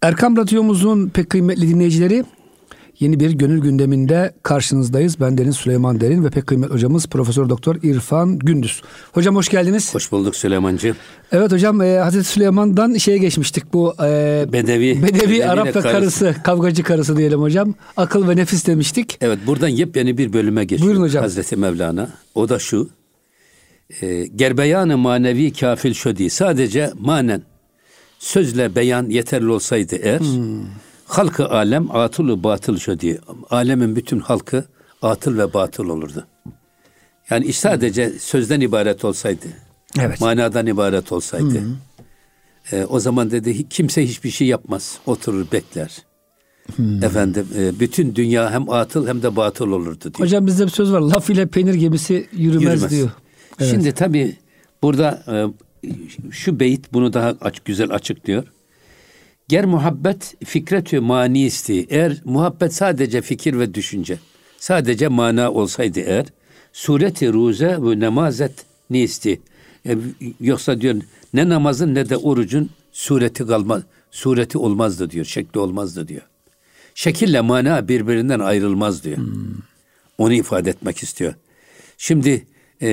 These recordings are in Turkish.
Erkam Radyomuzun pek kıymetli dinleyicileri, yeni bir gönül gündeminde karşınızdayız. Ben Deniz Süleyman Derin ve pek kıymetli hocamız Profesör Doktor İrfan Gündüz. Hocam hoş geldiniz. Hoş bulduk Süleymancığım. Evet hocam, Hazreti Süleyman'dan şeye geçmiştik, bu Bedevi Arap ve karısı, kavgacı karısı diyelim hocam. Akıl ve nefis demiştik. Evet, buradan yepyeni bir bölüme geçiyor. Buyurun hocam. Hazreti Mevlana. O da şu: gerbeyanı manevi kafil şödi. Sadece manen sözle beyan yeterli olsaydı eğer, halkı alem atılı batıl şödi. Alemin bütün halkı atıl ve batıl olurdu. Yani iş sadece sözden ibaret olsaydı, Evet. manadan ibaret olsaydı, o zaman dedi kimse hiçbir şey yapmaz, oturur bekler. Efendim, bütün dünya hem atıl hem de batıl olurdu diyor. Hocam bizde bir söz var, laf ile peynir gemisi yürümez diyor. Evet. Şimdi tabii burada şu beyit bunu daha güzel açıklıyor. Ger muhabbet fikretü mani isti. Eğer muhabbet sadece fikir ve düşünce, sadece mana olsaydı eğer, sureti ruze ve namazet ne isti. Yoksa diyor ne namazın ne de orucun sureti olmazdı diyor, şekli olmazdı diyor. Şekille mana birbirinden ayrılmaz diyor. Onu ifade etmek istiyor. Şimdi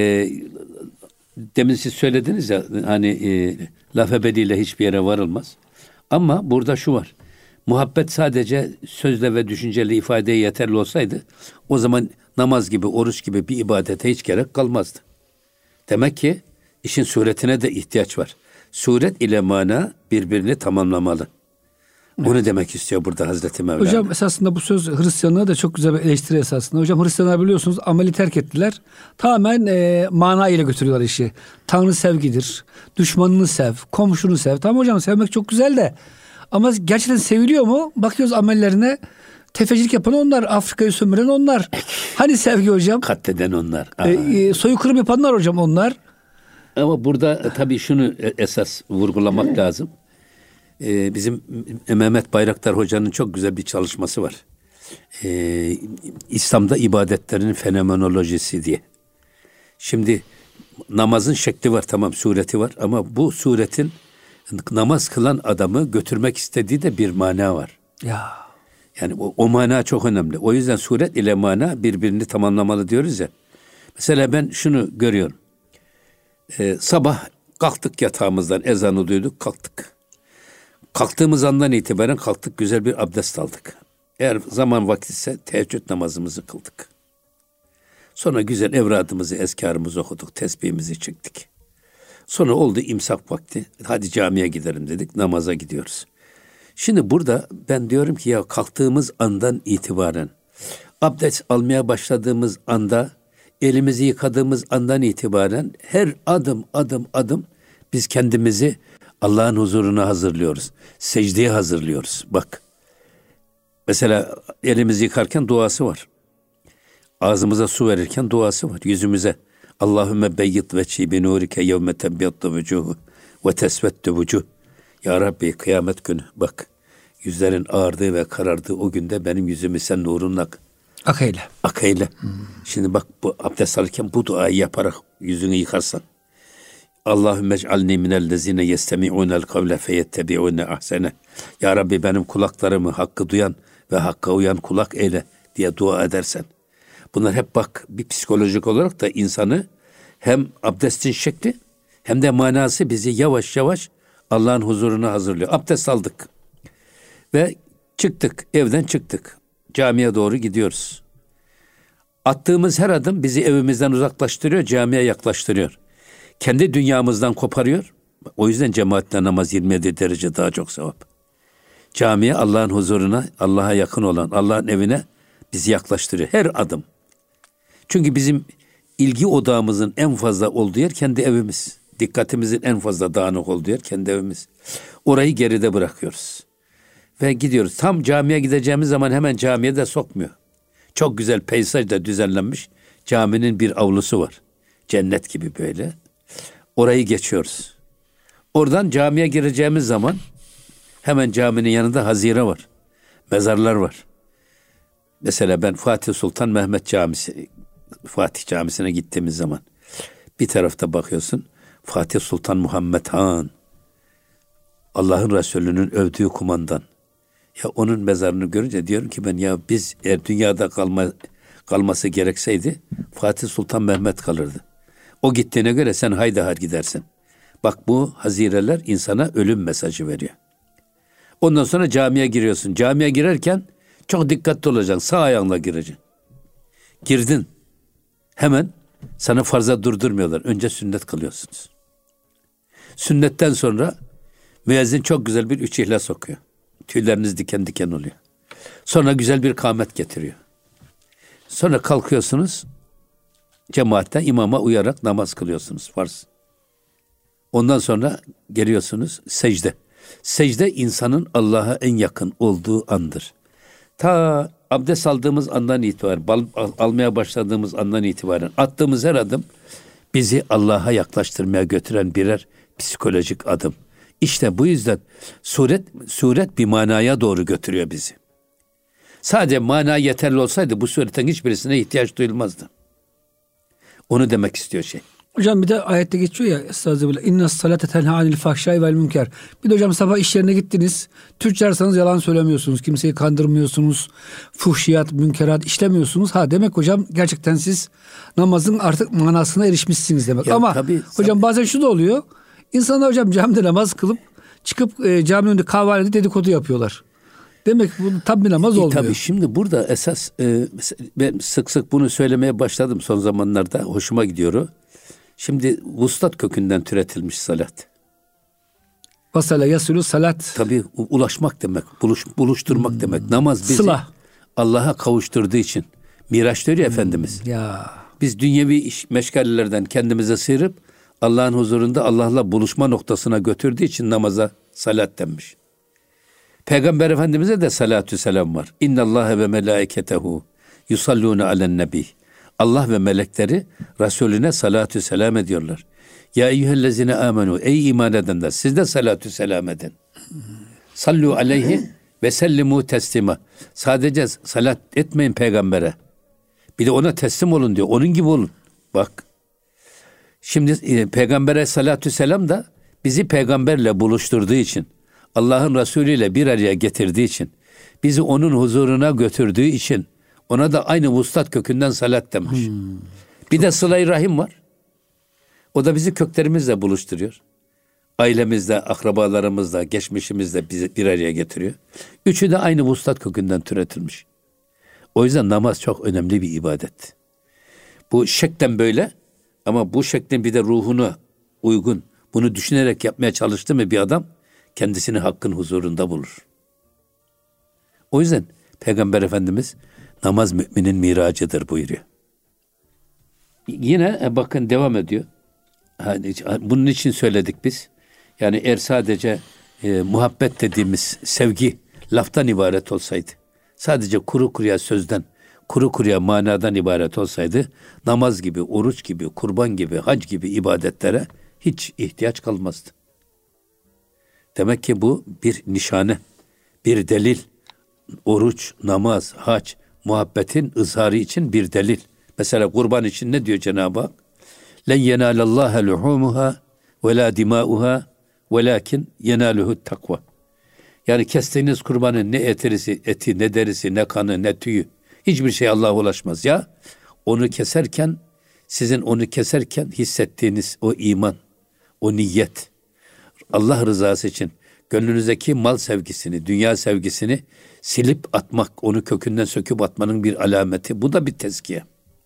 demin siz söylediniz ya hani laf ebediyle hiçbir yere varılmaz. Ama burada şu var. Muhabbet sadece sözle ve düşünceyle ifadeye yeterli olsaydı, o zaman namaz gibi, oruç gibi bir ibadete hiç gerek kalmazdı. Demek ki işin suretine de ihtiyaç var. Suret ile mana birbirini tamamlamalı. Evet. Onu demek istiyor burada Hazreti Mevlana. Hocam esasında bu söz Hristiyanlığa da çok güzel bir eleştiri esasında. Hocam Hristiyanlar biliyorsunuz ameli terk ettiler. Tamamen mana ile götürüyorlar işi. Tanrı sevgidir. Düşmanını sev. Komşunu sev. Tamam hocam, sevmek çok güzel de. Ama gerçekten seviliyor mu? Bakıyoruz amellerine. Tefecilik yapan onlar. Afrika'yı sömüren onlar. Hani sevgi hocam? Katleden onlar. Soykırım yapanlar hocam onlar. Ama burada tabii şunu esas vurgulamak lazım. Bizim Mehmet Bayraktar Hoca'nın çok güzel bir çalışması var. İslam'da ibadetlerin fenomenolojisi diye. Şimdi namazın şekli var, tamam, sureti var, ama bu suretin namaz kılan adamı götürmek istediği de bir mana var. Ya. Yani o mana çok önemli. O yüzden suret ile mana birbirini tamamlamalı diyoruz ya. Mesela ben şunu görüyorum. Sabah kalktık yatağımızdan, ezanı duyduk, kalktık. Kalktığımız andan itibaren kalktık, güzel bir abdest aldık. Eğer zaman vakitse teheccüd namazımızı kıldık. Sonra güzel evradımızı, ezkarımızı okuduk, tesbihimizi çektik. Sonra oldu imsak vakti, hadi camiye gidelim dedik, namaza gidiyoruz. Şimdi burada ben diyorum ki ya kalktığımız andan itibaren, abdest almaya başladığımız anda, elimizi yıkadığımız andan itibaren her adım biz kendimizi Allah'ın huzuruna hazırlıyoruz. Secdeye hazırlıyoruz. Bak. Mesela elimizi yıkarken duası var. Ağzımıza su verirken duası var. Yüzümüze Allahümme beyyid veçhi bi nurike yevme tebyaddu vücuhu ve tesveddu vücuh. Ya Rabbi, kıyamet günü bak, yüzlerin ağardığı ve karardığı o günde benim yüzümü sen nurunla ak eyle. Şimdi bak, bu abdest alırken bu duayı yaparak yüzünü yıkarsan, Allahümme ec'alni minellezine yestemi'unel kavle feyettebi'une ahsene. Ya Rabbi, benim kulaklarımı hakkı duyan ve hakka uyan kulak eyle diye dua edersen. Bunlar hep bak bir psikolojik olarak da insanı, hem abdestin şekli hem de manası bizi yavaş yavaş Allah'ın huzuruna hazırlıyor. Abdest aldık ve çıktık, evden çıktık. Camiye doğru gidiyoruz. Attığımız her adım bizi evimizden uzaklaştırıyor, camiye yaklaştırıyor. Kendi dünyamızdan koparıyor. O yüzden cemaatle namaz 27 derece daha çok sevap. Camiye, Allah'ın huzuruna, Allah'a yakın olan, Allah'ın evine bizi yaklaştırıyor. Her adım. Çünkü bizim ilgi odağımızın en fazla olduğu yer kendi evimiz. Dikkatimizin en fazla dağınık olduğu yer kendi evimiz. Orayı geride bırakıyoruz. Ve gidiyoruz. Tam camiye gideceğimiz zaman hemen camiye de sokmuyor. Çok güzel peyzajda düzenlenmiş caminin bir avlusu var. Cennet gibi böyle. Orayı geçiyoruz. Oradan camiye gireceğimiz zaman hemen caminin yanında hazire var. Mezarlar var. Mesela ben Fatih Sultan Mehmet Camisi, Fatih Camisi'ne gittiğimiz zaman bir tarafta bakıyorsun Fatih Sultan Muhammed Han, Allah'ın Resulü'nün övdüğü kumandan. Ya onun mezarını görünce diyorum ki ben, ya biz eğer dünyada kalması gerekseydi Fatih Sultan Mehmet kalırdı. O gittiğine göre sen haydahar gidersin. Bak, bu hazireler insana ölüm mesajı veriyor. Ondan sonra camiye giriyorsun. Camiye girerken çok dikkatli olacaksın. Sağ ayağınla gireceksin. Girdin. Hemen sana farza durdurmuyorlar. Önce sünnet kılıyorsunuz. Sünnetten sonra müezzin çok güzel bir 3 İhlas okuyor. Tüyleriniz diken diken oluyor. Sonra güzel bir kâmet getiriyor. Sonra kalkıyorsunuz. Cemaatten imama uyarak namaz kılıyorsunuz. Farz. Ondan sonra geliyorsunuz secde. Secde insanın Allah'a en yakın olduğu andır. Ta abdest aldığımız andan itibaren, almaya başladığımız andan itibaren attığımız her adım bizi Allah'a yaklaştırmaya götüren birer psikolojik adım. İşte bu yüzden suret bir manaya doğru götürüyor bizi. Sadece mana yeterli olsaydı bu suretin hiçbirisine ihtiyaç duyulmazdı. Onu demek istiyor şey. Hocam bir de ayette geçiyor ya, estağfirullah, inna salate tenha anil fahşai vel münker. Bir de hocam sabah iş yerine gittiniz. Tüccarsanız yalan söylemiyorsunuz. Kimseyi kandırmıyorsunuz. Fuhşiyat, münkerat işlemiyorsunuz. Demek hocam gerçekten siz namazın artık manasına erişmişsiniz demek. Ya, ama tabii, hocam bazen şu da oluyor. İnsanlar hocam camide namaz kılıp çıkıp caminin önünde kahvehanede dedikodu yapıyorlar. Demek bu tam bir namaz olmuyor. Tabii şimdi burada esas ben sık sık bunu söylemeye başladım son zamanlarda. Hoşuma gidiyor o. Şimdi vuslat kökünden türetilmiş salat. Vasale yasulu salat. Tabii ulaşmak demek, buluşturmak demek. Namaz bizi Sıla. Allah'a kavuşturduğu için. Miraç diyor ya Efendimiz. Ya. Biz dünyevi meşgalelerden kendimize sıyırıp Allah'ın huzurunda Allah'la buluşma noktasına götürdüğü için namaza salat denmiş. Peygamber Efendimiz'e de salatü selam var. İnnallâhe ve melâiketehu yusallûne alen nebi. Allah ve melekleri Resulüne salatü selam ediyorlar. Ya eyyühellezine amenu, ey iman edenler, siz de salatü selam edin. Sallu aleyhi ve sellimu teslima. Sadece salat etmeyin peygambere. Bir de ona teslim olun diyor. Onun gibi olun. Bak. Şimdi peygambere salatü selam da bizi peygamberle buluşturduğu için, Allah'ın Resulü ile bir araya getirdiği için, bizi onun huzuruna götürdüğü için ona da aynı vuslat kökünden salat demiş. Bir de sıla-i rahim var. O da bizi köklerimizle buluşturuyor. Ailemizle, akrabalarımızla, geçmişimizle bizi bir araya getiriyor. Üçü de aynı vuslat kökünden türetilmiş. O yüzden namaz çok önemli bir ibadet. Bu şeklen böyle, ama bu şeklin bir de ruhuna uygun, bunu düşünerek yapmaya çalıştı mı bir adam, kendisini hakkın huzurunda bulur. O yüzden Peygamber Efendimiz namaz müminin miracıdır buyuruyor. Yine bakın devam ediyor. Bunun için söyledik biz. Yani eğer sadece muhabbet dediğimiz sevgi laftan ibaret olsaydı, sadece kuru kuruya sözden, kuru kuruya manadan ibaret olsaydı, namaz gibi, oruç gibi, kurban gibi, hac gibi ibadetlere hiç ihtiyaç kalmazdı. Demek ki bu bir nişane, bir delil. Oruç, namaz, hac, muhabbetin ızharı için bir delil. Mesela kurban için ne diyor Cenab-ı Hak? لَنْ يَنَالَ اللّٰهَ لُحُومُهَا وَلَا دِمَاؤُهَا وَلَاكِنْ يَنَالُهُ التَّقْوَى. Yani kestiğiniz kurbanın ne eti, ne derisi, ne kanı, ne tüyü, hiçbir şey Allah'a ulaşmaz. Ya onu keserken, sizin onu keserken hissettiğiniz o iman, o niyet, Allah rızası için gönlünüzdeki mal sevgisini, dünya sevgisini silip atmak, onu kökünden söküp atmanın bir alameti. Bu da bir tezkiye.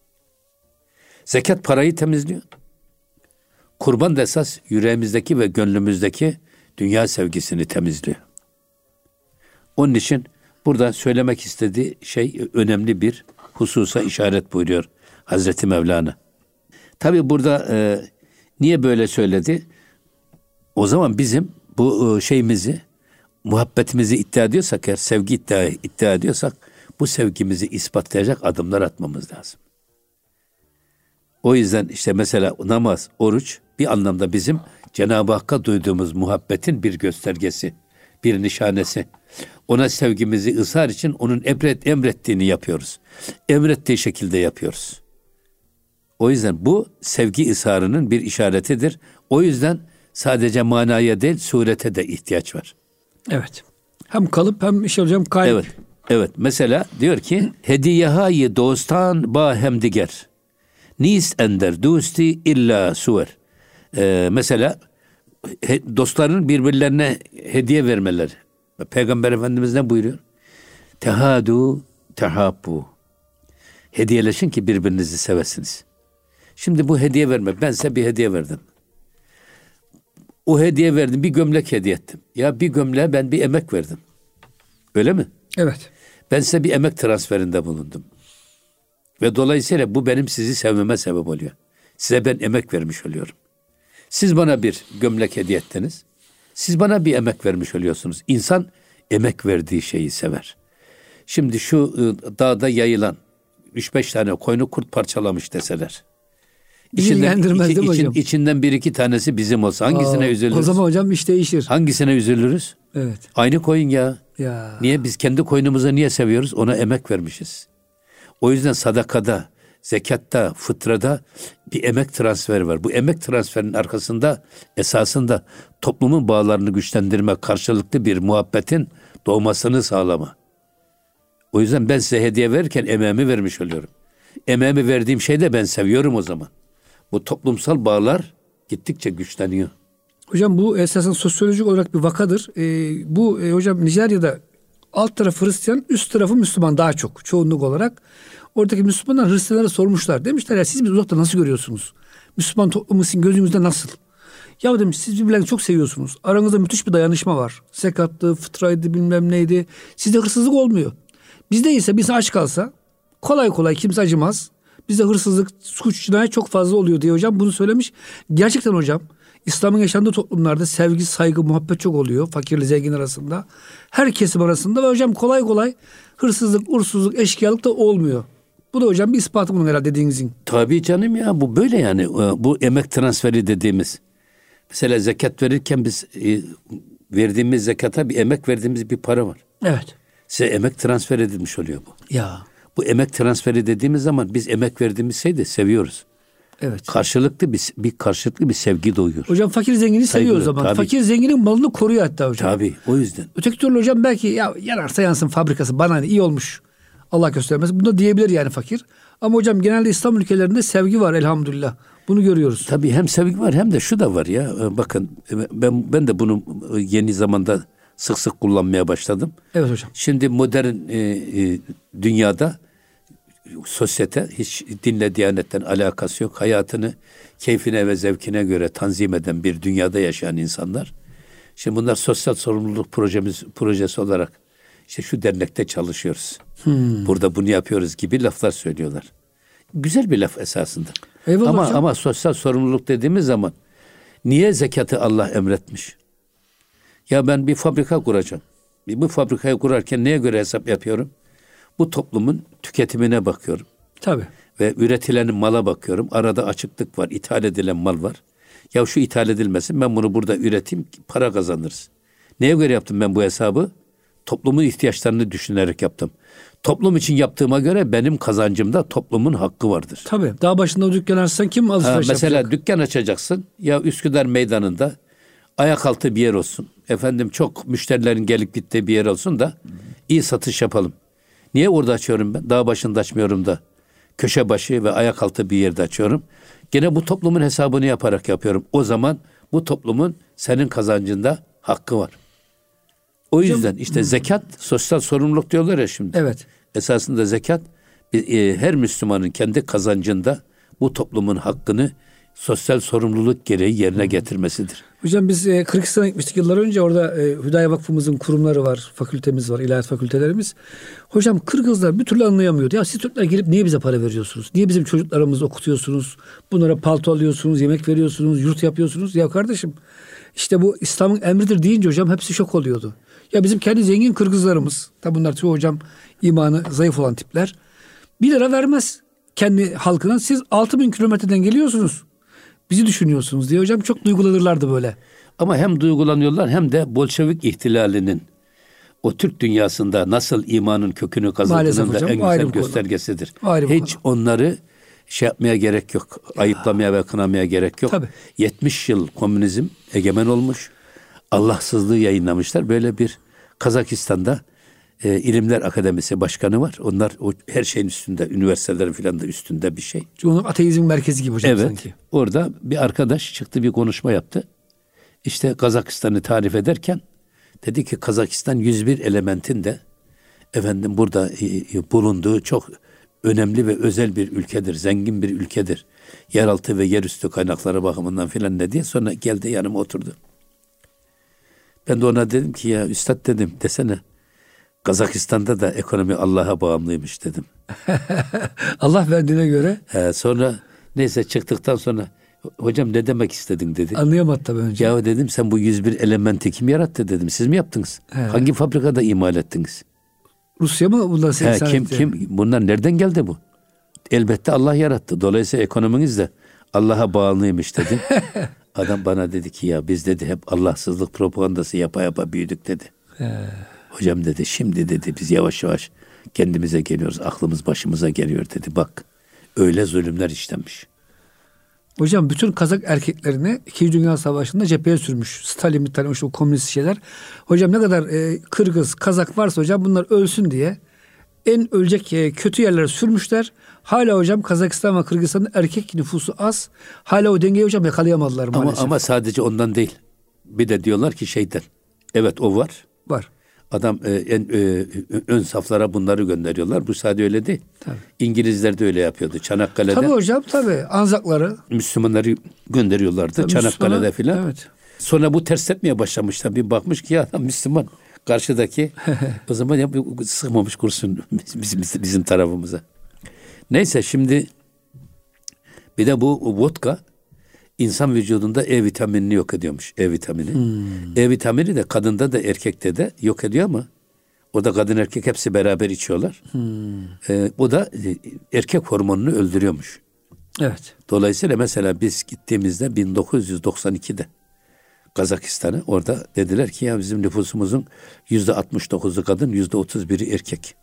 Zekat parayı temizliyor. Kurban da esas yüreğimizdeki ve gönlümüzdeki dünya sevgisini temizliyor. Onun için burada söylemek istediği şey önemli bir hususa işaret buyuruyor Hazreti Mevlana. Tabi burada niye böyle söyledi? O zaman bizim bu şeyimizi, muhabbetimizi iddia ediyorsak, eğer sevgi iddia ediyorsak, bu sevgimizi ispatlayacak adımlar atmamız lazım. O yüzden işte mesela namaz, oruç bir anlamda bizim Cenab-ı Hakk'a duyduğumuz muhabbetin bir göstergesi, bir nişanesi. Ona sevgimizi ızhar için onun emrettiğini yapıyoruz. Emrettiği şekilde yapıyoruz. O yüzden bu sevgi ızharının bir işaretidir. O yüzden sadece manaya değil, surete de ihtiyaç var. Evet. Hem kalıp hem işte hocam kalp. Evet. Evet. Mesela diyor ki hediyehayı dostan ba hem diger. Nis ender dosti illa suver. Mesela dostların birbirlerine hediye vermeleri. Peygamber Efendimiz ne buyuruyor? Tehadu tehabbu. Hediyeleşin ki birbirinizi sevesiniz. Şimdi bu hediye vermek. Ben size bir hediye verdim. O hediye verdim. Bir gömlek hediye ettim. Ya bir gömleğe ben bir emek verdim. Öyle mi? Evet. Ben size bir emek transferinde bulundum. Ve dolayısıyla bu benim sizi sevmeme sebep oluyor. Size ben emek vermiş oluyorum. Siz bana bir gömlek hediye ettiniz. Siz bana bir emek vermiş oluyorsunuz. İnsan emek verdiği şeyi sever. Şimdi şu dağda yayılan 3-5 tane koyunu kurt parçalamış deseler. İçinden bir iki tanesi bizim olsa hangisine üzülürüz? O zaman hocam iş değişir. Hangisine üzülürüz? Evet. Aynı koyun ya. Ya. Niye biz kendi koyunumuzu niye seviyoruz? Ona emek vermişiz. O yüzden sadakada, zekatta, fıtrada bir emek transferi var. Bu emek transferinin arkasında esasında toplumun bağlarını güçlendirme, karşılıklı bir muhabbetin doğmasını sağlama. O yüzden ben size hediye verirken emeğimi vermiş oluyorum. Emeğimi verdiğim şeyi de ben seviyorum o zaman. Bu toplumsal bağlar gittikçe güçleniyor. Hocam bu esasen sosyolojik olarak bir vakadır. Hocam Nijerya'da alt tarafı Hristiyan, üst tarafı Müslüman daha çok çoğunluk olarak. Oradaki Müslümanlar Hristiyanlara sormuşlar. Demişler ya siz bizi uzakta nasıl görüyorsunuz? Müslüman toplumu sizin gözünüzde nasıl? Ya demiş siz birbirlerini çok seviyorsunuz. Aranızda müthiş bir dayanışma var. Zekattı, fıtraydı bilmem neydi. Sizde hırsızlık olmuyor. Bizde ise biz aç kalsa kolay kolay kimse acımaz. Bizde hırsızlık, suç, cinayet çok fazla oluyor diye hocam bunu söylemiş. Gerçekten hocam İslam'ın yaşandığı toplumlarda sevgi, saygı, muhabbet çok oluyor. Fakirle zengin arasında. Her kesim arasında ve hocam kolay kolay hırsızlık, uğursuzluk, eşkıyalık da olmuyor. Bu da hocam bir ispatı bunun herhalde dediğinizin. Tabii canım ya bu böyle yani. Bu emek transferi dediğimiz. Mesela zekat verirken biz verdiğimiz zekata bir emek verdiğimiz bir para var. Evet. Size emek transfer edilmiş oluyor bu. Ya. Bu emek transferi dediğimiz zaman biz emek verdiğimiz şeyi de seviyoruz. Evet. Karşılıklı bir sevgi doğuyor. Hocam fakir zengini seviyor o zaman. Tabii. Fakir zenginin malını koruyor hatta hocam. Tabii o yüzden. Öteki türlü hocam belki ya yanarsa yansın fabrikası bana iyi olmuş. Allah göstermez. Bunu da diyebilir yani fakir. Ama hocam genelde İslam ülkelerinde sevgi var elhamdülillah. Bunu görüyoruz. Tabii hem sevgi var hem de şu da var ya. Bakın ben de bunu yeni zamanda sık sık kullanmaya başladım. Evet hocam. Şimdi modern dünyada sosyete hiç dinle diyanetten alakası yok. Hayatını keyfine ve zevkine göre tanzim eden bir dünyada yaşayan insanlar. Şimdi bunlar sosyal sorumluluk projesi olarak işte şu dernekte çalışıyoruz. Burada bunu yapıyoruz gibi laflar söylüyorlar. Güzel bir laf esasında. Eyvallah Ama sosyal sorumluluk dediğimiz zaman niye zekatı Allah emretmiş? Ya ben bir fabrika kuracağım. Bu fabrikayı kurarken neye göre hesap yapıyorum? Bu toplumun tüketimine bakıyorum. Tabii. Ve üretilen mala bakıyorum. Arada açıklık var. İthal edilen mal var. Ya şu ithal edilmesin. Ben bunu burada üreteyim. Para kazanırız. Neye göre yaptım ben bu hesabı? Toplumun ihtiyaçlarını düşünerek yaptım. Toplum için yaptığıma göre benim kazancımda toplumun hakkı vardır. Tabii. Daha başında o dükkan açsan kim alışveriş mesela yapacak? dükkan açacaksın. Ya Üsküdar Meydanı'nda ayak altı bir yer olsun. Efendim çok müşterilerin gelip gittiği bir yer olsun da iyi satış yapalım. Niye orada açıyorum ben? Dağ başında açmıyorum da. Köşe başı ve ayak altı bir yerde açıyorum. Gene bu toplumun hesabını yaparak yapıyorum. O zaman bu toplumun senin kazancında hakkı var. O yüzden işte zekat, sosyal sorumluluk diyorlar ya şimdi. Evet. Esasında zekat her Müslümanın kendi kazancında bu toplumun hakkını sosyal sorumluluk gereği yerine getirmesidir. Hocam biz Kırgızistan'a gitmiştik yıllar önce. Orada Hüdaya Vakfımızın kurumları var, fakültemiz var, ilahiyat fakültelerimiz. Hocam Kırgızlar bir türlü anlayamıyordu. Ya siz Türkler gelip niye bize para veriyorsunuz? Niye bizim çocuklarımızı okutuyorsunuz? Bunlara palto alıyorsunuz, yemek veriyorsunuz, yurt yapıyorsunuz. Ya kardeşim işte bu İslam'ın emridir deyince hocam hepsi şok oluyordu. Ya bizim kendi zengin Kırgızlarımız, tabi bunlar çoğu hocam imanı zayıf olan tipler. 1 lira vermez kendi halkına. Siz 6.000 kilometreden geliyorsunuz. Bizi düşünüyorsunuz diye hocam çok duygulanırlardı böyle. Ama hem duygulanıyorlar hem de Bolşevik ihtilalinin o Türk dünyasında nasıl imanın kökünü kazandığının da en güzel göstergesidir. Hiç onları yapmaya gerek yok. Ayıplamaya ve kınamaya gerek yok. Tabii. 70 yıl komünizm egemen olmuş. Allahsızlığı yayınlamışlar. Böyle bir Kazakistan'da İlimler Akademisi Başkanı var. Onlar her şeyin üstünde, üniversitelerin filan da üstünde bir şey. Onun ateizm merkezi gibi hocam evet, sanki. Orada bir arkadaş çıktı, bir konuşma yaptı. İşte Kazakistan'ı tarif ederken dedi ki Kazakistan 101 elementin de efendim burada bulunduğu çok önemli ve özel bir ülkedir. Zengin bir ülkedir. Yeraltı ve yerüstü kaynakları bakımından filan ne diye. Sonra geldi yanıma oturdu. Ben de ona dedim ki ya üstad dedim desene Kazakistan'da da ekonomi Allah'a bağımlıymış dedim. Allah verdiğine göre. Sonra neyse çıktıktan sonra hocam ne demek istedin dedi. Anlayamadı tabii önce. Ya dedim sen bu 101 elementi kim yarattı dedim. Siz mi yaptınız? Hangi fabrikada imal ettiniz? Rusya mı bunlar kim bunlar nereden geldi bu? Elbette Allah yarattı. Dolayısıyla ekonominiz de Allah'a bağlıymış dedim. Adam bana dedi ki ya biz dedi hep Allahsızlık propagandası yapa yapa büyüdük dedi. Hocam dedi şimdi dedi biz yavaş yavaş kendimize geliyoruz. Aklımız başımıza geliyor dedi. Bak öyle zulümler işlenmiş. Hocam bütün Kazak erkeklerini 2. Dünya Savaşı'nda cepheye sürmüş. Stalin bir tane o komünist şeyler. Hocam ne kadar Kırgız, Kazak varsa hocam bunlar ölsün diye en ölecek kötü yerlere sürmüşler. Hala hocam Kazakistan ve Kırgızistan'ın erkek nüfusu az. Hala o dengeyi hocam yakalayamadılar maalesef. Ama sadece ondan değil. Bir de diyorlar ki şeyden. Evet o var. Var. Adam ön saflara bunları gönderiyorlar. Bu sadece öyle değil. Tabii. İngilizler de öyle yapıyordu. Çanakkale'de. Tabii hocam tabii. Anzakları. Müslümanları gönderiyorlardı. Tabii Çanakkale'de filan. Evet. Sonra bu ters etmeye başlamışlar. Bir bakmış ki ya adam Müslüman. Karşıdaki o zaman ya sıkmamış kursun bizim tarafımıza. Neyse şimdi bir de bu vodka insan vücudunda E vitaminini yok ediyormuş. E vitamini. E vitamini de kadında da erkekte de yok ediyor ama o da kadın erkek hepsi beraber içiyorlar. O da erkek hormonunu öldürüyormuş. Evet. Dolayısıyla mesela biz gittiğimizde 1992'de Kazakistan'a orada dediler ki ya bizim nüfusumuzun %69'u kadın, %31'i erkek.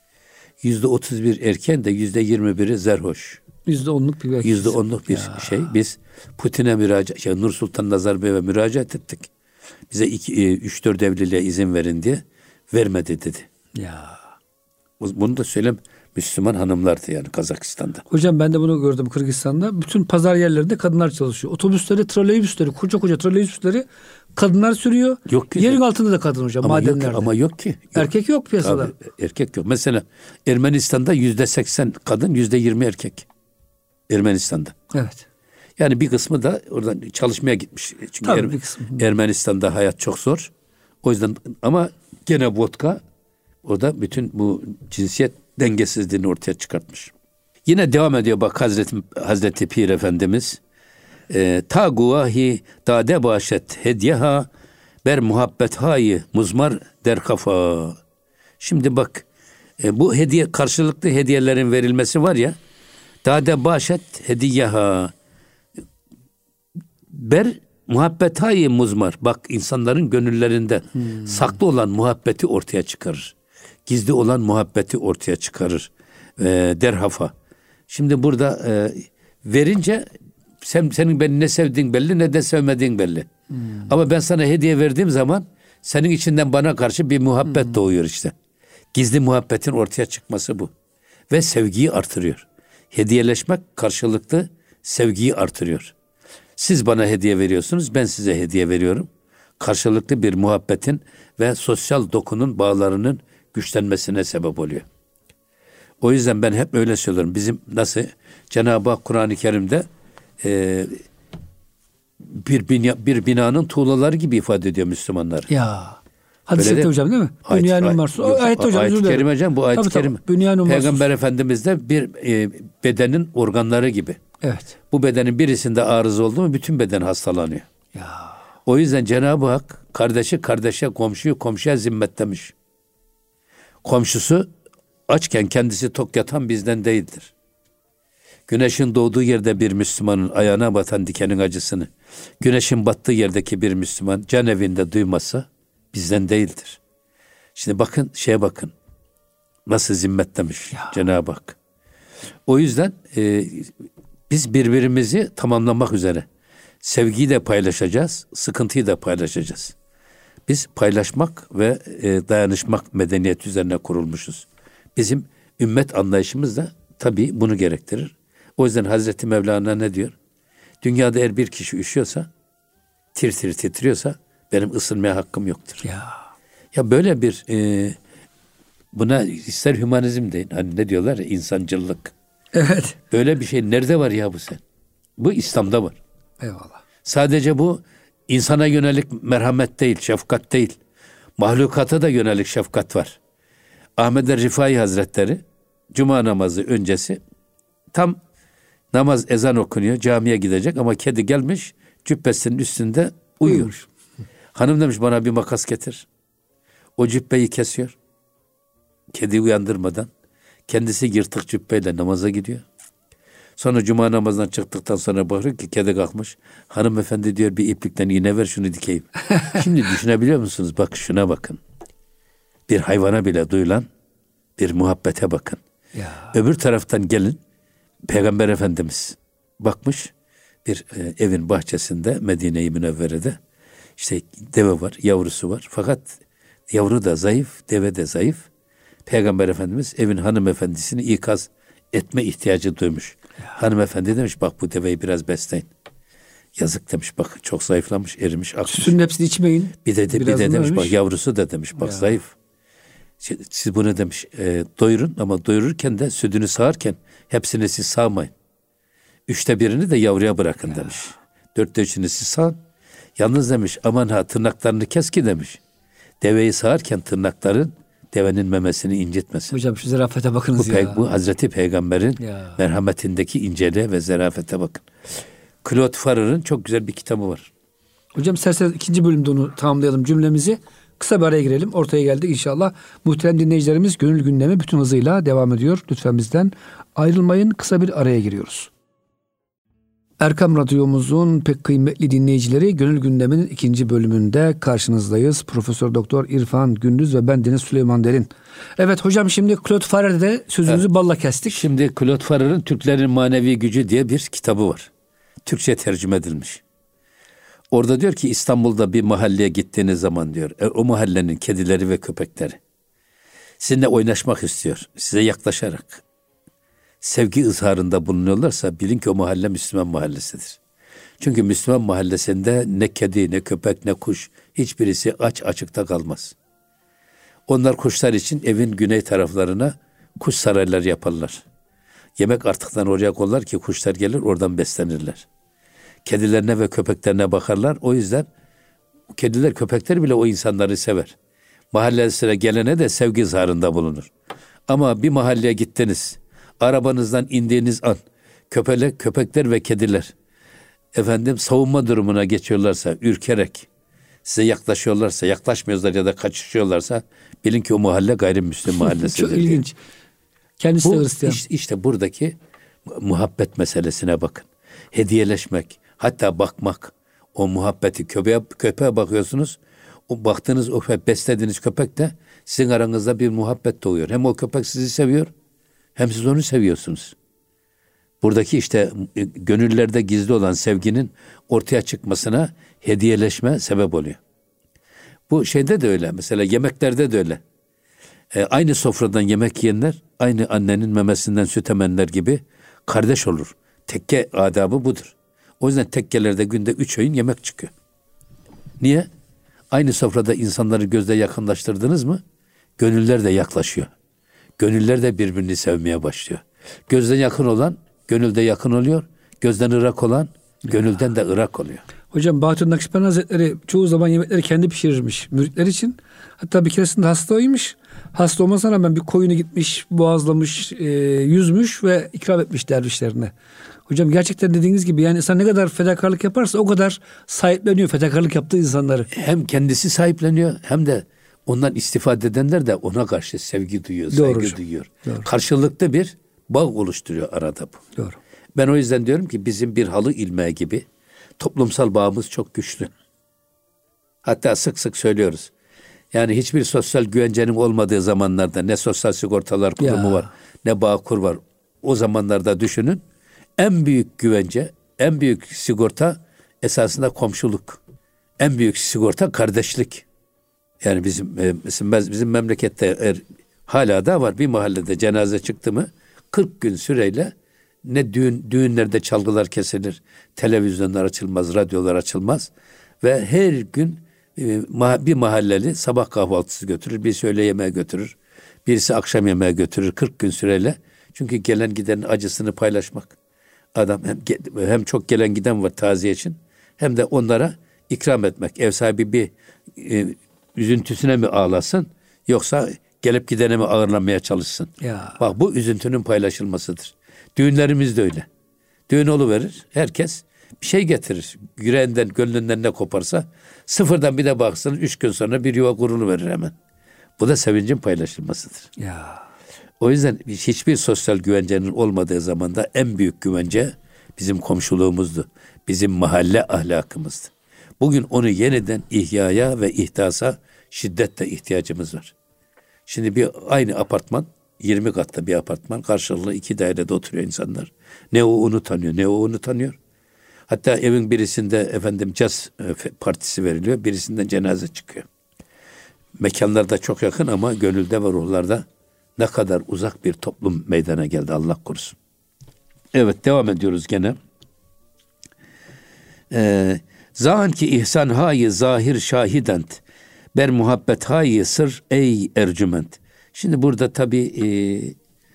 %31 erken de %21'i zerhoş. %10'luk bir erkek. %10'luk bir şey. Biz Putin'e Nur Sultan Nazarbayev'e müracaat ettik. Bize 3-4 evliliğe izin verin diye vermedi dedi. Ya. Bunu da söyleyeyim. Müslüman hanımlardı yani Kazakistan'da. Hocam ben de bunu gördüm Kırgızistan'da. Bütün pazar yerlerinde kadınlar çalışıyor. Otobüsleri, troleybüsleri, koca troleybüsleri kadınlar sürüyor. Yok ki. Yerin altında da kadın hocam madenlerde. Ama yok ki. Yok. Erkek yok piyasada. Abi, erkek yok. Mesela Ermenistan'da %80 kadın, %20 erkek. Ermenistan'da. Evet. Yani bir kısmı da oradan çalışmaya gitmiş. Çünkü Ermenistan'da hayat çok zor. O yüzden ama gene vodka orada bütün bu cinsiyet dengesizliğini ortaya çıkartmış. Yine devam ediyor bak Hazreti Pir Efendimiz. Ta guvahi dade başet hediyeha ber muhabbet hayi muzmar der kafa. Şimdi bak bu hediye karşılıklı hediyelerin verilmesi var ya. Dade başet hediyeha ber muhabbet hayi muzmar. Bak insanların gönüllerinde saklı olan muhabbeti ortaya çıkarır. Gizli olan muhabbeti ortaya çıkarır. Derhafa. Şimdi burada verince senin beni ne sevdiğin belli ne de sevmediğin belli. Ama ben sana hediye verdiğim zaman senin içinden bana karşı bir muhabbet doğuyor işte. Gizli muhabbetin ortaya çıkması bu. Ve sevgiyi artırıyor. Hediyeleşmek karşılıklı sevgiyi artırıyor. Siz bana hediye veriyorsunuz, ben size hediye veriyorum. Karşılıklı bir muhabbetin ve sosyal dokunun bağlarının güçlenmesine sebep oluyor. O yüzden ben hep öyle söylüyorum. Bizim nasıl Cenab-ı Hak Kur'an-ı Kerim'de bir binanın tuğlaları gibi ifade ediyor Müslümanları. Ya. Hadis-i hocam değil mi? Bünyanın marsu. Ayet hocam. Ayet-i kerime hocam bu ayet-i kerime. Peygamber Efendimiz de bir bedenin organları gibi. Evet. Bu bedenin birisinde arıza oldu mu bütün beden hastalanıyor. Ya. O yüzden Cenab-ı Hak kardeşi kardeşe, komşuyu komşuya zimmetlemiş. Komşusu açken kendisi tok yatan bizden değildir. Güneşin doğduğu yerde bir Müslümanın ayağına batan dikenin acısını, güneşin battığı yerdeki bir Müslüman can evinde duymasa bizden değildir. Şimdi bakın bakın. Nasıl zimmetlemiş Cenab-ı Hak. O yüzden biz birbirimizi tamamlamak üzere sevgiyi de paylaşacağız, sıkıntıyı da paylaşacağız. Biz paylaşmak ve dayanışmak medeniyet üzerine kurulmuşuz. Bizim ümmet anlayışımız da tabii bunu gerektirir. O yüzden Hazreti Mevlana ne diyor? Dünyada eğer bir kişi üşüyorsa, tir tir titriyorsa benim ısınmaya hakkım yoktur. Ya böyle bir buna ister hümanizm deyin. Hani ne diyorlar ya, insancıllık. Evet. Böyle bir şey nerede var ya bu sen? Bu İslam'da var. Eyvallah. Sadece bu insana yönelik merhamet değil, şefkat değil. Mahlukata da yönelik şefkat var. Ahmed Rifai Hazretleri Cuma namazı öncesi tam namaz ezan okunuyor, camiye gidecek ama kedi gelmiş cübbesinin üstünde uyuyor. Hanım demiş bana bir makas getir. O cübbeyi kesiyor. Kediyi uyandırmadan. Kendisi yırtık cübbeyle namaza gidiyor. Sonra cuma namazından çıktıktan sonra bakıyor ki kedi kalkmış. Hanımefendi diyor bir iplikten iğne ver şunu dikeyim. Şimdi düşünebiliyor musunuz? Bak şuna bakın. Bir hayvana bile duyulan bir muhabbete bakın. Ya. Öbür taraftan gelin. Peygamber Efendimiz bakmış bir evin bahçesinde Medine-i Münevvere'de işte deve var, yavrusu var. Fakat yavru da zayıf, deve de zayıf. Peygamber Efendimiz evin hanımefendisini ikaz etme ihtiyacı duymuş. Hanımefendi demiş bak bu deveyi biraz besleyin. Yazık demiş bak çok zayıflamış, erimiş, akmış. Sütünün hepsini içmeyin. Bir de demiş ölmüş. bak yavrusu da demiş bak zayıf. Siz bunu demiş doyurun ama doyururken de sütünü sağarken hepsini siz sağmayın. 1/3'ünü de yavruya bırakın demiş. 4/3'ünü siz sağın. Yalnız demiş aman ha tırnaklarını kes ki demiş. Deveyi sağarken tırnakların devenin memesini incitmesin. Hocam şu zarafete bakınız ya. Bu Hazreti Peygamber'in Ya. merhametindeki inceliğe ve zarafete bakın. Claude Farrer'ın çok güzel bir kitabı var. Hocam isterseniz ikinci bölümde onu tamamlayalım cümlemizi. Kısa bir araya girelim. Ortaya geldik inşallah. Muhterem dinleyicilerimiz Gönül Gündemi bütün hızıyla devam ediyor. Lütfen bizden ayrılmayın. Kısa bir araya giriyoruz. Erkam Radyomuzun pek kıymetli dinleyicileri Gönül Gündemi'nin ikinci bölümünde karşınızdayız. Profesör Doktor İrfan Gündüz ve ben Deniz Süleyman Derin. Evet hocam şimdi Claude Farrer'de sözümüzü balla kestik. Şimdi Claude Farrer'ın Türklerin Manevi Gücü diye bir kitabı var. Türkçe tercüme edilmiş. Orada diyor ki İstanbul'da bir mahalleye gittiğiniz zaman diyor o mahallenin kedileri ve köpekleri sizinle oynaşmak istiyor. Size yaklaşarak sevgi izharında bulunuyorlarsa bilin ki o mahalle Müslüman mahallesidir. Çünkü Müslüman mahallesinde ne kedi, ne köpek, ne kuş hiçbirisi açıkta kalmaz. Onlar kuşlar için evin güney taraflarına kuş sarayları yaparlar. Yemek artıktan oraya koyarlar ki kuşlar gelir oradan beslenirler. Kedilerine ve köpeklerine bakarlar. O yüzden kediler, köpekler bile o insanları sever. Mahallesine gelene de sevgi izharında bulunur. Ama bir mahalleye gittiniz, arabanızdan indiğiniz an köpekler ve kediler savunma durumuna geçiyorlarsa, ürkerek size yaklaşıyorlarsa, yaklaşmıyorlar ya da kaçışıyorlarsa bilin ki o mahalle gayrimüslim mahallesidir. Çok ilginç. Kendisi de Hristiyan. İşte buradaki muhabbet meselesine bakın. Hediyeleşmek, hatta bakmak. O muhabbeti köpeğe bakıyorsunuz. O baktığınız, o beslediğiniz köpek de sizin aranızda bir muhabbet doğuyor. Hem o köpek sizi seviyor, hem siz onu seviyorsunuz. Buradaki işte gönüllerde gizli olan sevginin ortaya çıkmasına hediyeleşme sebep oluyor. Bu şeyde de öyle. Mesela yemeklerde de öyle. Aynı sofradan yemek yiyenler, aynı annenin memesinden süt emenler gibi kardeş olur. Tekke adabı budur. O yüzden tekkelerde günde 3 öğün yemek çıkıyor. Niye? Aynı sofrada insanları gözle yakınlaştırdınız mı? Gönüller de yaklaşıyor. Gönüller de birbirini sevmeye başlıyor. Gözden yakın olan, gönülde yakın oluyor. Gözden ırak olan, gönülden de ırak oluyor. Hocam Bahattin Nakşibendi Hazretleri çoğu zaman yemekleri kendi pişirirmiş müritler için. Hatta bir keresinde hastaymış. Hasta olmasına rağmen bir koyunu gitmiş, boğazlamış, yüzmüş ve ikram etmiş dervişlerine. Hocam gerçekten dediğiniz gibi yani insan ne kadar fedakarlık yaparsa o kadar sahipleniyor fedakarlık yaptığı insanları. Hem kendisi sahipleniyor hem de ondan istifade edenler de ona karşı sevgi duyuyor, Doğru saygı duyuyor. Doğru. Karşılıklı bir bağ oluşturuyor arada bu. Doğru. Ben o yüzden diyorum ki bizim bir halı ilmeği gibi toplumsal bağımız çok güçlü. Hatta sık sık söylüyoruz. Yani hiçbir sosyal güvencenin olmadığı zamanlarda ne sosyal sigortalar kurumu var, ne Bağkur var. O zamanlarda düşünün. En büyük güvence, en büyük sigorta esasında komşuluk. En büyük sigorta kardeşlik. Yani bizim memlekette hala da var, bir mahallede cenaze çıktı mı 40 gün süreyle ne düğünlerde çalgılar kesilir, televizyonlar açılmaz, radyolar açılmaz ve her gün bir mahalleli sabah kahvaltısı götürür, birisi öğle yemeği götürür, birisi akşam yemeği götürür 40 gün süreyle. Çünkü gelen gidenin acısını paylaşmak. Adam hem çok gelen giden var taziye için, hem de onlara ikram etmek. Ev sahibi bir üzüntüsüne mi ağlasın, yoksa gelip gidene mi ağırlamaya çalışsın? Ya. Bak, bu üzüntünün paylaşılmasıdır. Düğünlerimiz de öyle. Düğün oluverir, herkes bir şey getirir. Yüreğinden, gönlünden ne koparsa, sıfırdan bir de baksın 3 gün sonra bir yuva kuruluverir hemen. Bu da sevincin paylaşılmasıdır. Ya. O yüzden hiçbir sosyal güvencenin olmadığı zamanda en büyük güvence bizim komşuluğumuzdu. Bizim mahalle ahlakımızdı. Bugün onu yeniden ihyaya ve ihdasa şiddetle ihtiyacımız var. Şimdi aynı apartman, 20 katlı bir apartman, karşılıklı 2 dairede oturuyor insanlar. Ne o onu tanıyor, ne o onu tanıyor. Hatta evin birisinde caz partisi veriliyor, birisinden cenaze çıkıyor. Mekanlarda çok yakın ama gönülde ve ruhlarda ne kadar uzak bir toplum meydana geldi, Allah korusun. Evet, devam ediyoruz gene. Zan ki ihsan hayı zahir şahident, ber muhabbet hayı sır ey ercüment. Şimdi burada tabii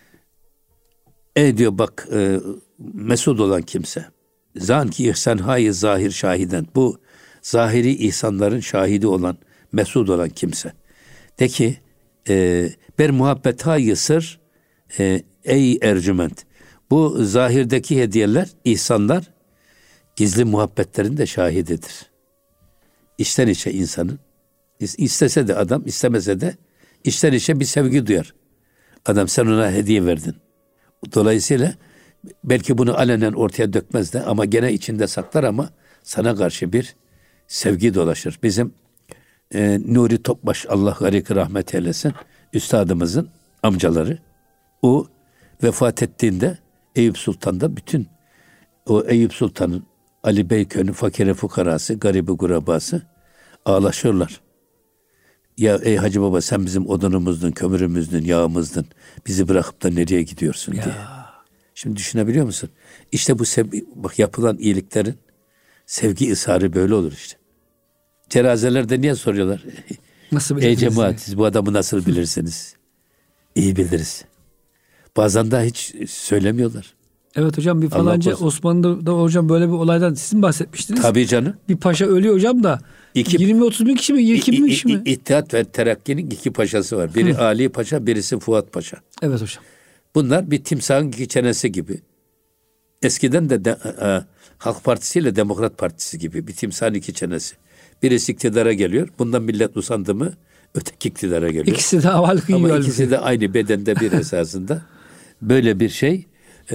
diyor bak, mesud olan kimse. Zan ki ihsan hayı zahir şahident. Bu zahiri ihsanların şahidi olan, mesud olan kimse. De ki ber muhabbet hayı sır ey ercüment. Bu zahirdeki hediyeler, ihsanlar gizli muhabbetlerin de şahididir. İçten içe insanın, istese de adam, istemese de içten içe bir sevgi duyar. Adam, sen ona hediye verdin. Dolayısıyla belki bunu alenen ortaya dökmez de ama gene içinde saklar, ama sana karşı bir sevgi dolaşır. Bizim Nuri Topbaş, Allah gariki rahmet eylesin, üstadımızın amcaları, o vefat ettiğinde Eyüp Sultan'da bütün o Eyüp Sultan'ın Ali Beyköy'ün fakire fukarası, garibi gurabası ağlaşıyorlar. Ya ey Hacı Baba, sen bizim odunumuzdun, kömürümüzdün, yağımızdın. Bizi bırakıp da nereye gidiyorsun diye. Şimdi düşünebiliyor musun? İşte bu bak, yapılan iyiliklerin sevgi isharı böyle olur işte. Cenazelerde niye soruyorlar? Nasıl ey cemaat, siz bu adamı nasıl bilirsiniz? İyi biliriz. Bazen daha hiç söylemiyorlar. Evet hocam, bir falanca Osmanlı'da hocam böyle bir olaydan sizin bahsetmiştiniz. Tabii canım. Bir paşa ölüyor hocam da 20-30 bin kişi mi? 20 bin kişi mi? İttihat ve Terakki'nin 2 paşası var. Biri Ali Paşa, birisi Fuat Paşa. Evet hocam. Bunlar bir timsahın 2 çenesi gibi. Eskiden de Halk Partisi ile Demokrat Partisi gibi bir timsahın 2 çenesi. Birisi iktidara geliyor. Bundan millet usandı mı öteki iktidara geliyor. İkisi de havalık yiyor. Ama ikisi de aynı bedende bir esasında. Böyle bir şey.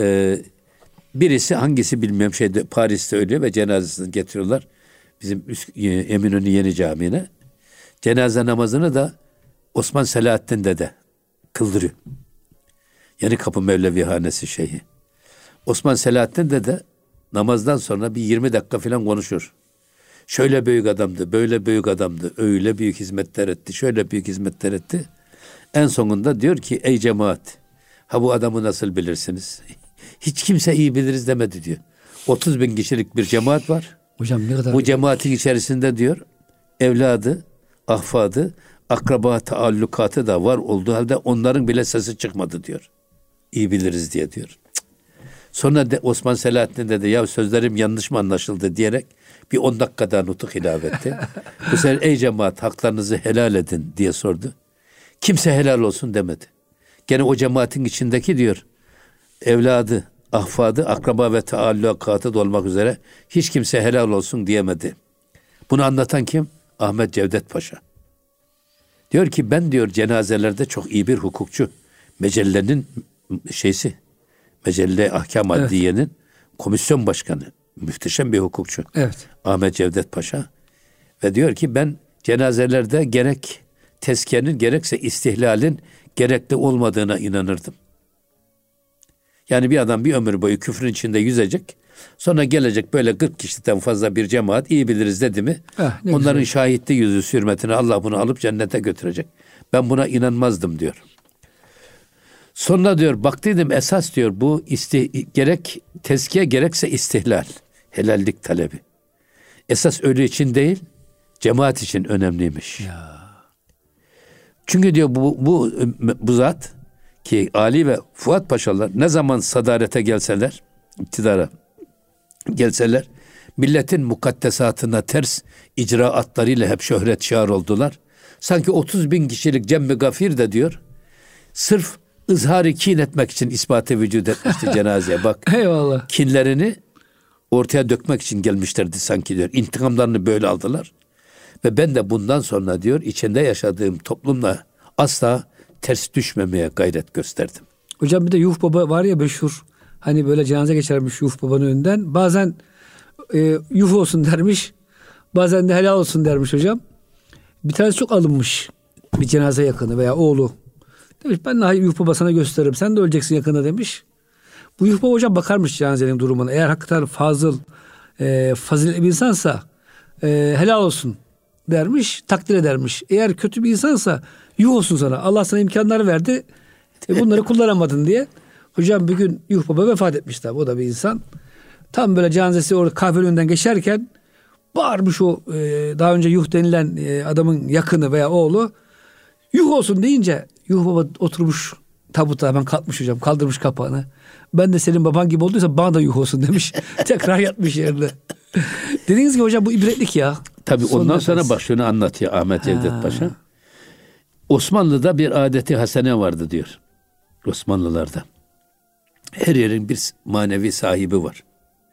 Birisi hangisi bilmiyorum Paris'te ölüyor ve cenazesini getiriyorlar bizim Eminönü Yeni Camii'ne. Cenaze namazını da Osman Selahattin Dede kıldırıyor. Yenikapı Mevlevihanesi şeyhi. Osman Selahattin Dede namazdan sonra bir 20 dakika falan konuşuyor. Şöyle büyük adamdı, böyle büyük adamdı, öyle büyük hizmetler etti, şöyle büyük hizmetler etti. En sonunda diyor ki, ey cemaat, ha bu adamı nasıl bilirsiniz? Hiç kimse iyi biliriz demedi diyor. 30 bin kişilik bir cemaat var. Hocam ne kadar... Bu cemaatin içerisinde diyor, evladı, ahfadı, akraba taallukatı da var olduğu halde onların bile sesi çıkmadı diyor. İyi biliriz diye diyor. Sonra Osman Selahattin dedi, ya sözlerim yanlış mı anlaşıldı diyerek bir 10 dakika daha nutuk ilave etti. Bu sefer ey cemaat, haklarınızı helal edin diye sordu. Kimse helal olsun demedi. Gene o cemaatin içindeki diyor, evladı, ahfadı, akraba ve taallukatı da olmak üzere hiç kimse helal olsun diyemedi. Bunu anlatan kim? Ahmet Cevdet Paşa. Diyor ki, ben diyor cenazelerde çok iyi bir hukukçu. Mecellenin Mecelle Ahkam Adliye'nin komisyon başkanı. Muhteşem bir hukukçu. Evet. Ahmet Cevdet Paşa. Ve diyor ki, ben cenazelerde gerek tezkiyenin gerekse istihlalin gerekli olmadığına inanırdım. Yani bir adam bir ömür boyu küfrün içinde yüzecek. Sonra gelecek böyle 40 kişiden fazla bir cemaat iyi biliriz dedi mi? Ne onların güzel. şahitliği yüzü hürmetine Allah bunu alıp cennete götürecek. Ben buna inanmazdım diyor. Sonra diyor baktıydım esas diyor bu gerek tezkiye gerekse istihlal. Helallik talebi. Esas ölü için değil cemaat için önemliymiş. Ya. Çünkü diyor bu zat ki Ali ve Fuat Paşalar ne zaman sadarete gelseler, iktidara gelseler, milletin mukaddesatına ters icraatlarıyla hep şöhret şiar oldular. Sanki 30 bin kişilik cem-i gafir de diyor, sırf ızhar-ı kin etmek için ispat-ı vücud etmişti cenazeye. Bak, Eyvallah. kinlerini ortaya dökmek için gelmişlerdi sanki diyor. İntikamlarını böyle aldılar. Ve ben de bundan sonra diyor, içinde yaşadığım toplumla asla ters düşmemeye gayret gösterdim. Hocam bir de Yuh Baba var ya meşhur. Hani böyle cenaze geçermiş Yuh Baba'nın önünden. Bazen yuh olsun dermiş. Bazen de helal olsun dermiş hocam. Bir tanesi çok alınmış. Bir cenaze yakını veya oğlu. Demiş ben daha Yuh Baba sana gösteririm. Sen de öleceksin yakında demiş. Bu Yuh Baba hocam bakarmış cenazenin durumuna. Eğer hakikaten faziletli bir insansa helal olsun dermiş, takdir edermiş. Eğer kötü bir insansa yuh olsun sana. Allah sana imkanlar verdi. Bunları kullanamadın diye. Hocam bir gün Yuh Baba vefat etmiş tabi. O da bir insan. Tam böyle cenazesi orada kahvenin önünden geçerken bağırmış o daha önce yuh denilen adamın yakını veya oğlu. Yuh olsun deyince Yuh Baba oturmuş tabuta, hemen kalkmış hocam. Kaldırmış kapağını. Ben de senin baban gibi olduysa bana da yuh olsun demiş. Tekrar yatmış yerine. Dediğiniz gibi hocam bu ibretlik ya. Tabii ondan sonra bak şunu anlatıyor Ahmet Cevdet Paşa. Osmanlı'da bir adeti hasene vardı diyor. Osmanlılarda. Her yerin bir manevi sahibi var.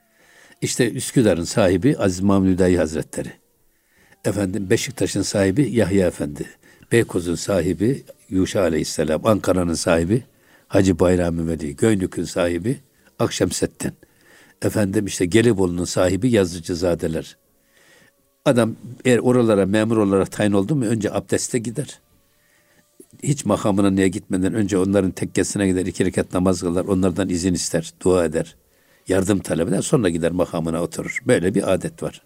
İşte Üsküdar'ın sahibi Aziz Mahmud Hüdayi Hazretleri. Efendim Beşiktaş'ın sahibi Yahya Efendi. Beykoz'un sahibi Yuşa Aleyhisselam. Ankara'nın sahibi Hacı Bayrami Veli. Göynük'ün sahibi Akşemseddin. Efendim işte Gelibolu'nun sahibi Yazıcızadeler. Adam eğer oralara memur olarak tayin oldu mu önce abdeste gider. Hiç makamına niye gitmeden önce onların tekkesine gider, 2 rekat namaz kılar, onlardan izin ister, dua eder, yardım talep eder, sonra gider makamına oturur. Böyle bir adet var.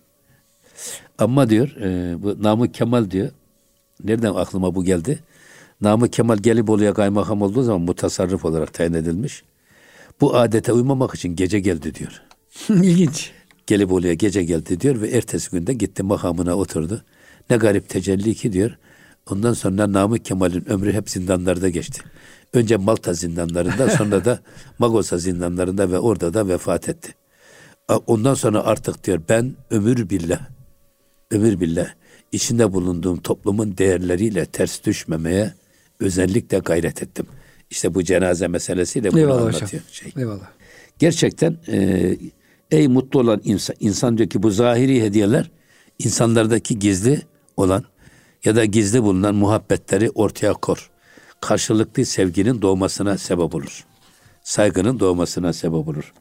Ama diyor bu Namık Kemal diyor, nereden aklıma bu geldi? Namık Kemal Gelibolu'ya kaymakam olduğu zaman mutasarrıf olarak tayin edilmiş. Bu adete uymamak için gece geldi diyor. İlginç. Gelibolu'ya gece geldi diyor ve ertesi günde gitti makamına oturdu. Ne garip tecelli ki diyor. Ondan sonra Namık Kemal'in ömrü hep zindanlarda geçti. Önce Malta zindanlarında, sonra da Magosa zindanlarında ve orada da vefat etti. Ondan sonra artık diyor ben ömür billah içinde bulunduğum toplumun değerleriyle ters düşmemeye özellikle gayret ettim. İşte bu cenaze meselesiyle bunu Eyvallah anlatıyor. hocam. Eyvallah. Gerçekten ey mutlu olan insan diyor ki bu zahiri hediyeler insanlardaki gizli olan ya da gizli bulunan muhabbetleri ortaya kor. Karşılıklı sevginin doğmasına sebep olur. Saygının doğmasına sebep olur.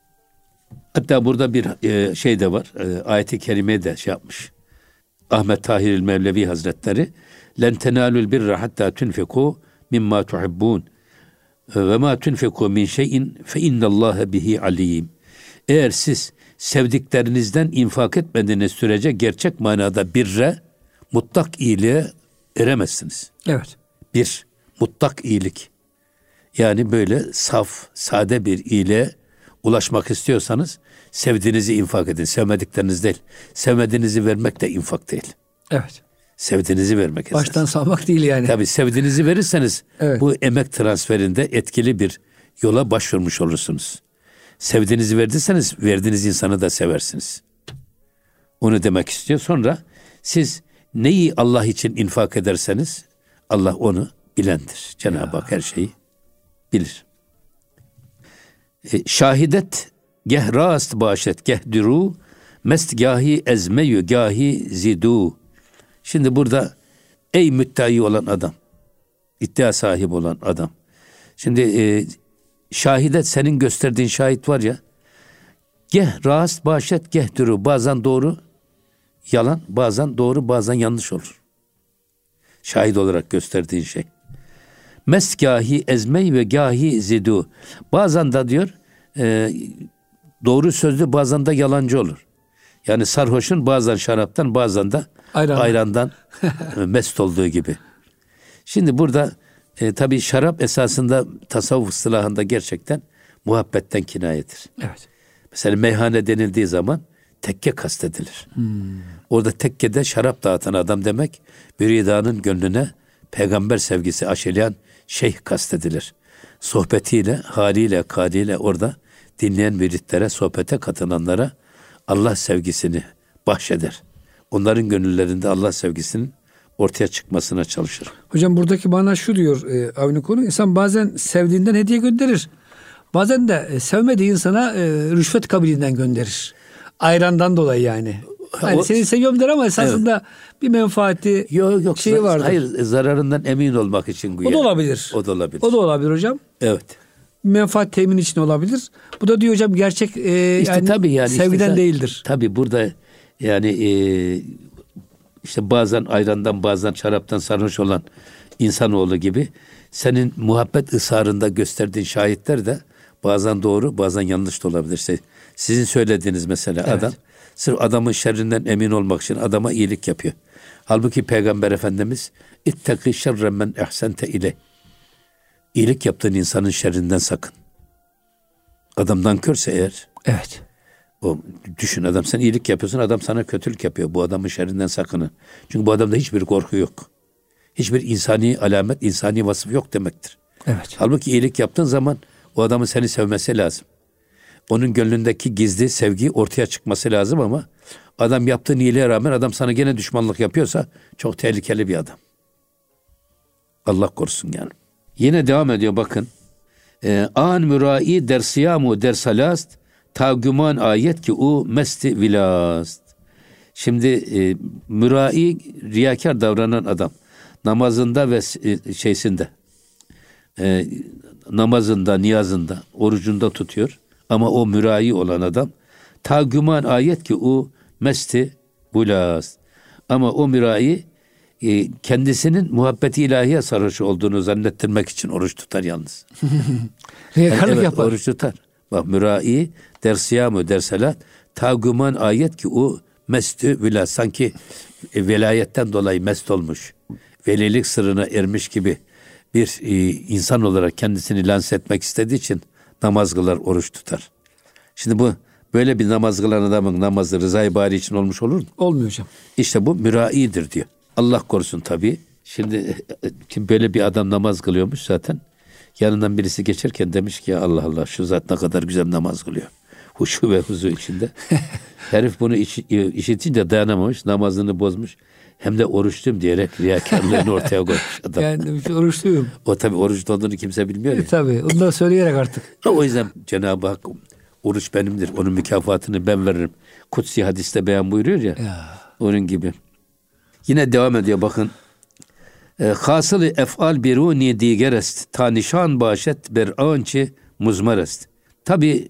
Hatta burada bir şey de var. Ayet-i kerime de şey yapmış. Ahmet Tahiril Mevlevi Hazretleri len tenalul birra hatta tunfiku mimma tuhibbun ve ma tunfiku min şeyin fe innallaha bihi alim. Eğer siz sevdiklerinizden infak etmediğiniz sürece gerçek manada birre, mutlak iyiliğe eremezsiniz. Evet. Bir, mutlak iyilik. Yani böyle saf, sade bir iyiliğe ulaşmak istiyorsanız sevdiğinizi infak edin. Sevmedikleriniz değil. Sevmediğinizi vermek de infak değil. Evet. Sevdiğinizi vermek esas. Baştan salmak değil yani. Tabii sevdiğinizi verirseniz evet. Bu emek transferinde etkili bir yola başvurmuş olursunuz. Sevdiğinizi verdiyseniz verdiğiniz insanı da seversiniz. Onu demek istiyor. Sonra siz neyi Allah için infak ederseniz Allah onu bilendir. Cenab-ı Hak her şeyi bilir. Şahidet geh rast başet geh duru mest gahi ezmeyü gahi zidu. Şimdi burada ey müttaki olan adam, iddia sahibi olan adam. Şimdi şahidet senin gösterdiğin şahit var ya, geh rast başet geh duru, bazen doğru yalan, bazen doğru, bazen yanlış olur. Şahit olarak gösterdiğin şey. Mes gahi ezmey ve gahi zidu. Bazen de diyor doğru sözlü bazen de yalancı olur. Yani sarhoşun bazen şaraptan bazen de ayrandan mest olduğu gibi. Şimdi burada tabii şarap esasında tasavvuf ıstılahında gerçekten muhabbetten kinayedir. Evet. Mesela meyhane denildiği zaman tekke kastedilir. Orada tekkede şarap dağıtan adam demek, müridanın gönlüne peygamber sevgisi aşılayan şeyh kastedilir. Sohbetiyle, haliyle, kaliyle orada dinleyen müritlere, sohbete katılanlara Allah sevgisini bahşeder. Onların gönüllerinde Allah sevgisinin ortaya çıkmasına çalışır. Hocam buradaki bana şu diyor Avni konu, insan bazen sevdiğinden hediye gönderir. Bazen de sevmediği insana rüşvet kabiliğinden gönderir. Ayrandan dolayı yani. Hani seni seviyorum der ama esasında bir menfaati yok, şeyi vardır. Hayır, zararından emin olmak için güya. O da olabilir. O da olabilir. O da olabilir hocam. Evet. Menfaat temin için olabilir. Bu da diyor hocam gerçek İşte tabii yani sevgiden işte, değildir. Tabii burada yani işte bazen ayrandan bazen şaraptan sarhoş olan insanoğlu gibi senin muhabbet ısrarında gösterdiğin şahitler de bazen doğru bazen yanlış da olabilir. İşte sizin söylediğiniz mesela adam sırf adamın şerrinden emin olmak için adama iyilik yapıyor. Halbuki Peygamber Efendimiz ittaki şerren men ehsente ile, İyilik yaptığın insanın şerrinden sakın. Adamdan körse eğer. Evet. O düşün, adam sen iyilik yapıyorsun, adam sana kötülük yapıyor. Bu adamın şerrinden sakının. Çünkü bu adamda hiçbir korku yok. Hiçbir insani alamet, insani vasıf yok demektir. Evet. Halbuki iyilik yaptığın zaman o adamın seni sevmesi lazım. Onun gönlündeki gizli sevgi ortaya çıkması lazım ama adam yaptığın iyiliğe rağmen adam sana gene düşmanlık yapıyorsa çok tehlikeli bir adam. Allah korusun yani. Yine devam ediyor bakın. An mürai dersiyamu dersalast tagüman ayet ki u mesti vilast. Şimdi mürai riyakar davranan adam namazında ve şeysinde namazında, niyazında, orucunda tutuyor. Ama o mürai olan adam tagüman ayet ki u mesti vilast. Ama o mürai kendisinin muhabbeti ilahiye sarhoş olduğunu zannettirmek için oruç tutar yalnız. Riyakarlık yapar. Oruç tutar. Bak mürai dersiyamü derselat tagüman ayet ki o mestü vila, sanki velayetten dolayı mest olmuş, velilik sırrına ermiş gibi bir insan olarak kendisini lanse etmek istediği için namaz kılar, oruç tutar. Şimdi bu böyle bir namaz kılan adamın namazı rızayı bari için olmuş olur mu? Olmuyor hocam. İşte bu müraidir diyor. Allah korusun tabii. Şimdi böyle bir adam namaz kılıyormuş zaten. Yanından birisi geçerken demiş ki ya Allah Allah şu zat ne kadar güzel namaz kılıyor. Huşu ve huzu içinde. Herif bunu işitince dayanamamış, namazını bozmuş. Hem de oruçluyum diyerek riyakarlığını ortaya koymuş adam. Yani oruçluyum. O tabii oruçlu olduğunu kimse bilmiyor ya. Tabii onu da söyleyerek artık. O yüzden Cenab-ı Hak oruç benimdir. Onun mükafatını ben veririm. Kutsi hadiste beyan buyuruyor ya. Onun gibi. Yine devam ediyor bakın. Hasılı ef'al biruni digerest ta nişan başet ber ançi muzmarest. Tabi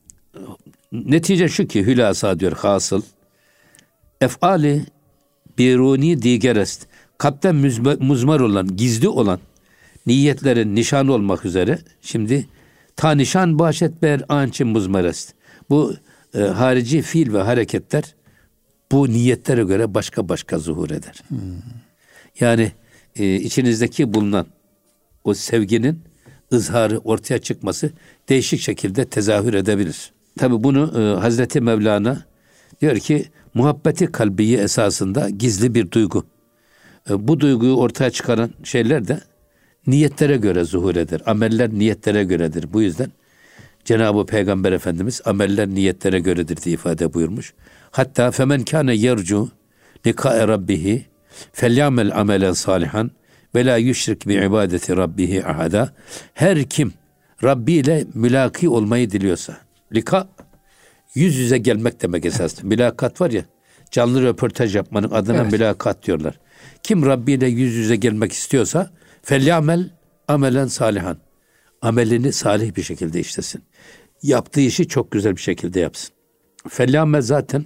netice şu ki hülasa diyor hasıl. Ef'ali biruni digerest. Kalpten muzmar olan, gizli olan niyetlerin nişanı olmak üzere şimdi ta nişan başet ber ançi muzmarest. Bu harici fiil ve hareketler bu niyetlere göre başka zuhur eder. Yani içinizdeki bulunan o sevginin ızharı ortaya çıkması değişik şekilde tezahür edebilir. Tabi bunu Hazreti Mevlana diyor ki muhabbeti kalbiye esasında gizli bir duygu. Bu duyguyu ortaya çıkaran şeyler de niyetlere göre zuhur eder. Ameller niyetlere göredir. Bu yüzden Cenab-ı Peygamber Efendimiz ameller niyetlere göredir diye ifade buyurmuş. Hatta femen kâne yercu likâe rabbihi felyamel amelen salihan ve la yüşrik bi ibadeti rabbihi ahada. Her kim Rabbi ile mülaki olmayı diliyorsa, lika yüz yüze gelmek demek esas. Mülakat var ya, canlı röportaj yapmanın adına mülakat diyorlar. Kim Rabbi ile yüz yüze gelmek istiyorsa felyamel amelen salihan. Amelini salih bir şekilde işlesin. Yaptığı işi çok güzel bir şekilde yapsın. Felyamel zaten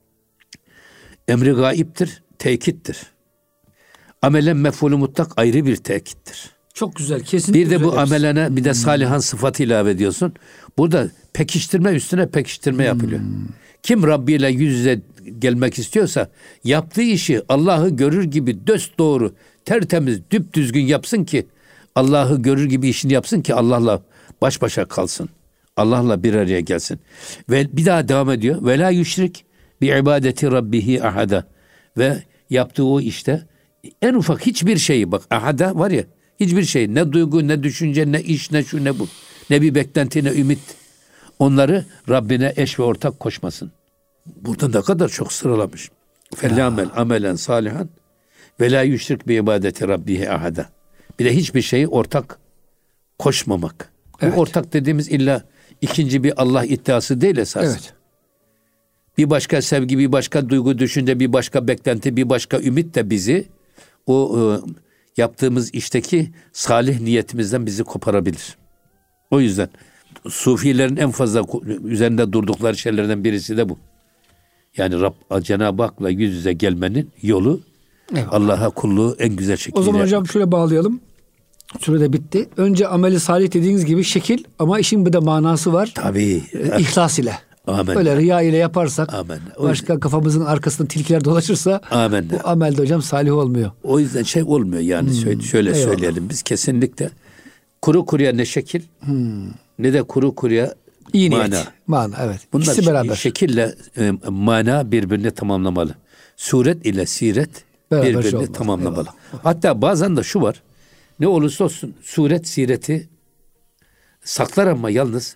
emri gaiptir, tekittir. Amelen mef'ulü mutlak ayrı bir tekittir. Çok güzel, kesinlikle. Bir de bu amelene bir de salihan sıfatı ilave ediyorsun. Burada pekiştirme üstüne pekiştirme yapılıyor. Kim Rabbi ile yüz yüze gelmek istiyorsa yaptığı işi Allah'ı görür gibi dosdoğru, tertemiz, düpdüzgün yapsın ki Allah'ı görür gibi işini yapsın ki Allah'la baş başa kalsın. Allah'la bir araya gelsin. Ve bir daha devam ediyor. Ve la yüşrik bi ibadeti rabbihi ahada. Ve yaptığı o işte en ufak hiçbir şeyi, bak ahada var ya, hiçbir şey, ne duygu, ne düşünce, ne iş, ne şu, ne bu, ne bir beklenti, ne ümit, onları Rabbine eş ve ortak koşmasın. Burada ne kadar çok sıralamış. Fellâmel amelen salihan ve la yüşrik bi ibadeti rabbihi ahada. Bir de hiçbir şeyi ortak koşmamak. Evet. Bu ortak dediğimiz illa ikinci bir Allah iddiası değil esas. Evet. Bir başka sevgi, bir başka duygu, düşünce, bir başka beklenti, bir başka ümit de bizi o yaptığımız işteki salih niyetimizden bizi koparabilir. O yüzden Sufilerin en fazla üzerinde durdukları şeylerden birisi de bu. Yani Cenab-ı Hak'la yüz yüze gelmenin yolu, evet, Allah'a kulluğu en güzel şekilde. O zaman hocam şöyle bağlayalım. Süre de bitti. Önce ameli salih dediğiniz gibi şekil, ama işin bir de manası var. Tabii. İhlas ile. Amen. Böyle riya ile yaparsak, amen, başka kafamızın arkasında tilkiler dolaşırsa, amen, bu amelde hocam salih olmuyor. O yüzden şey olmuyor yani. Şöyle eyvallah söyleyelim biz, kesinlikle kuru kuruya ne şekil ne de kuru kuruya İyi mana. Niyet. Mana, evet. Bunlar İkisi beraber. Şekille mana birbirini tamamlamalı. Suret ile siret beraber birbirini tamamlamalı. Eyvallah. Hatta bazen de şu var. Ne olursa olsun suret sireti saklar ama yalnız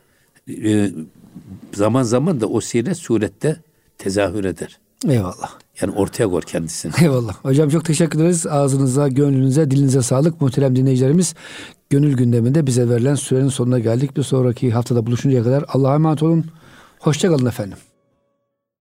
zaman zaman da o siret surette tezahür eder. Eyvallah. Yani ortaya koyar kendisini. Eyvallah. Hocam çok teşekkür ederiz. Ağzınıza, gönlünüze, dilinize sağlık. Muhterem dinleyicilerimiz, Gönül Gündemi'nde bize verilen sürenin sonuna geldik. Bir sonraki haftada buluşuncaya kadar Allah'a emanet olun. Hoşça kalın efendim.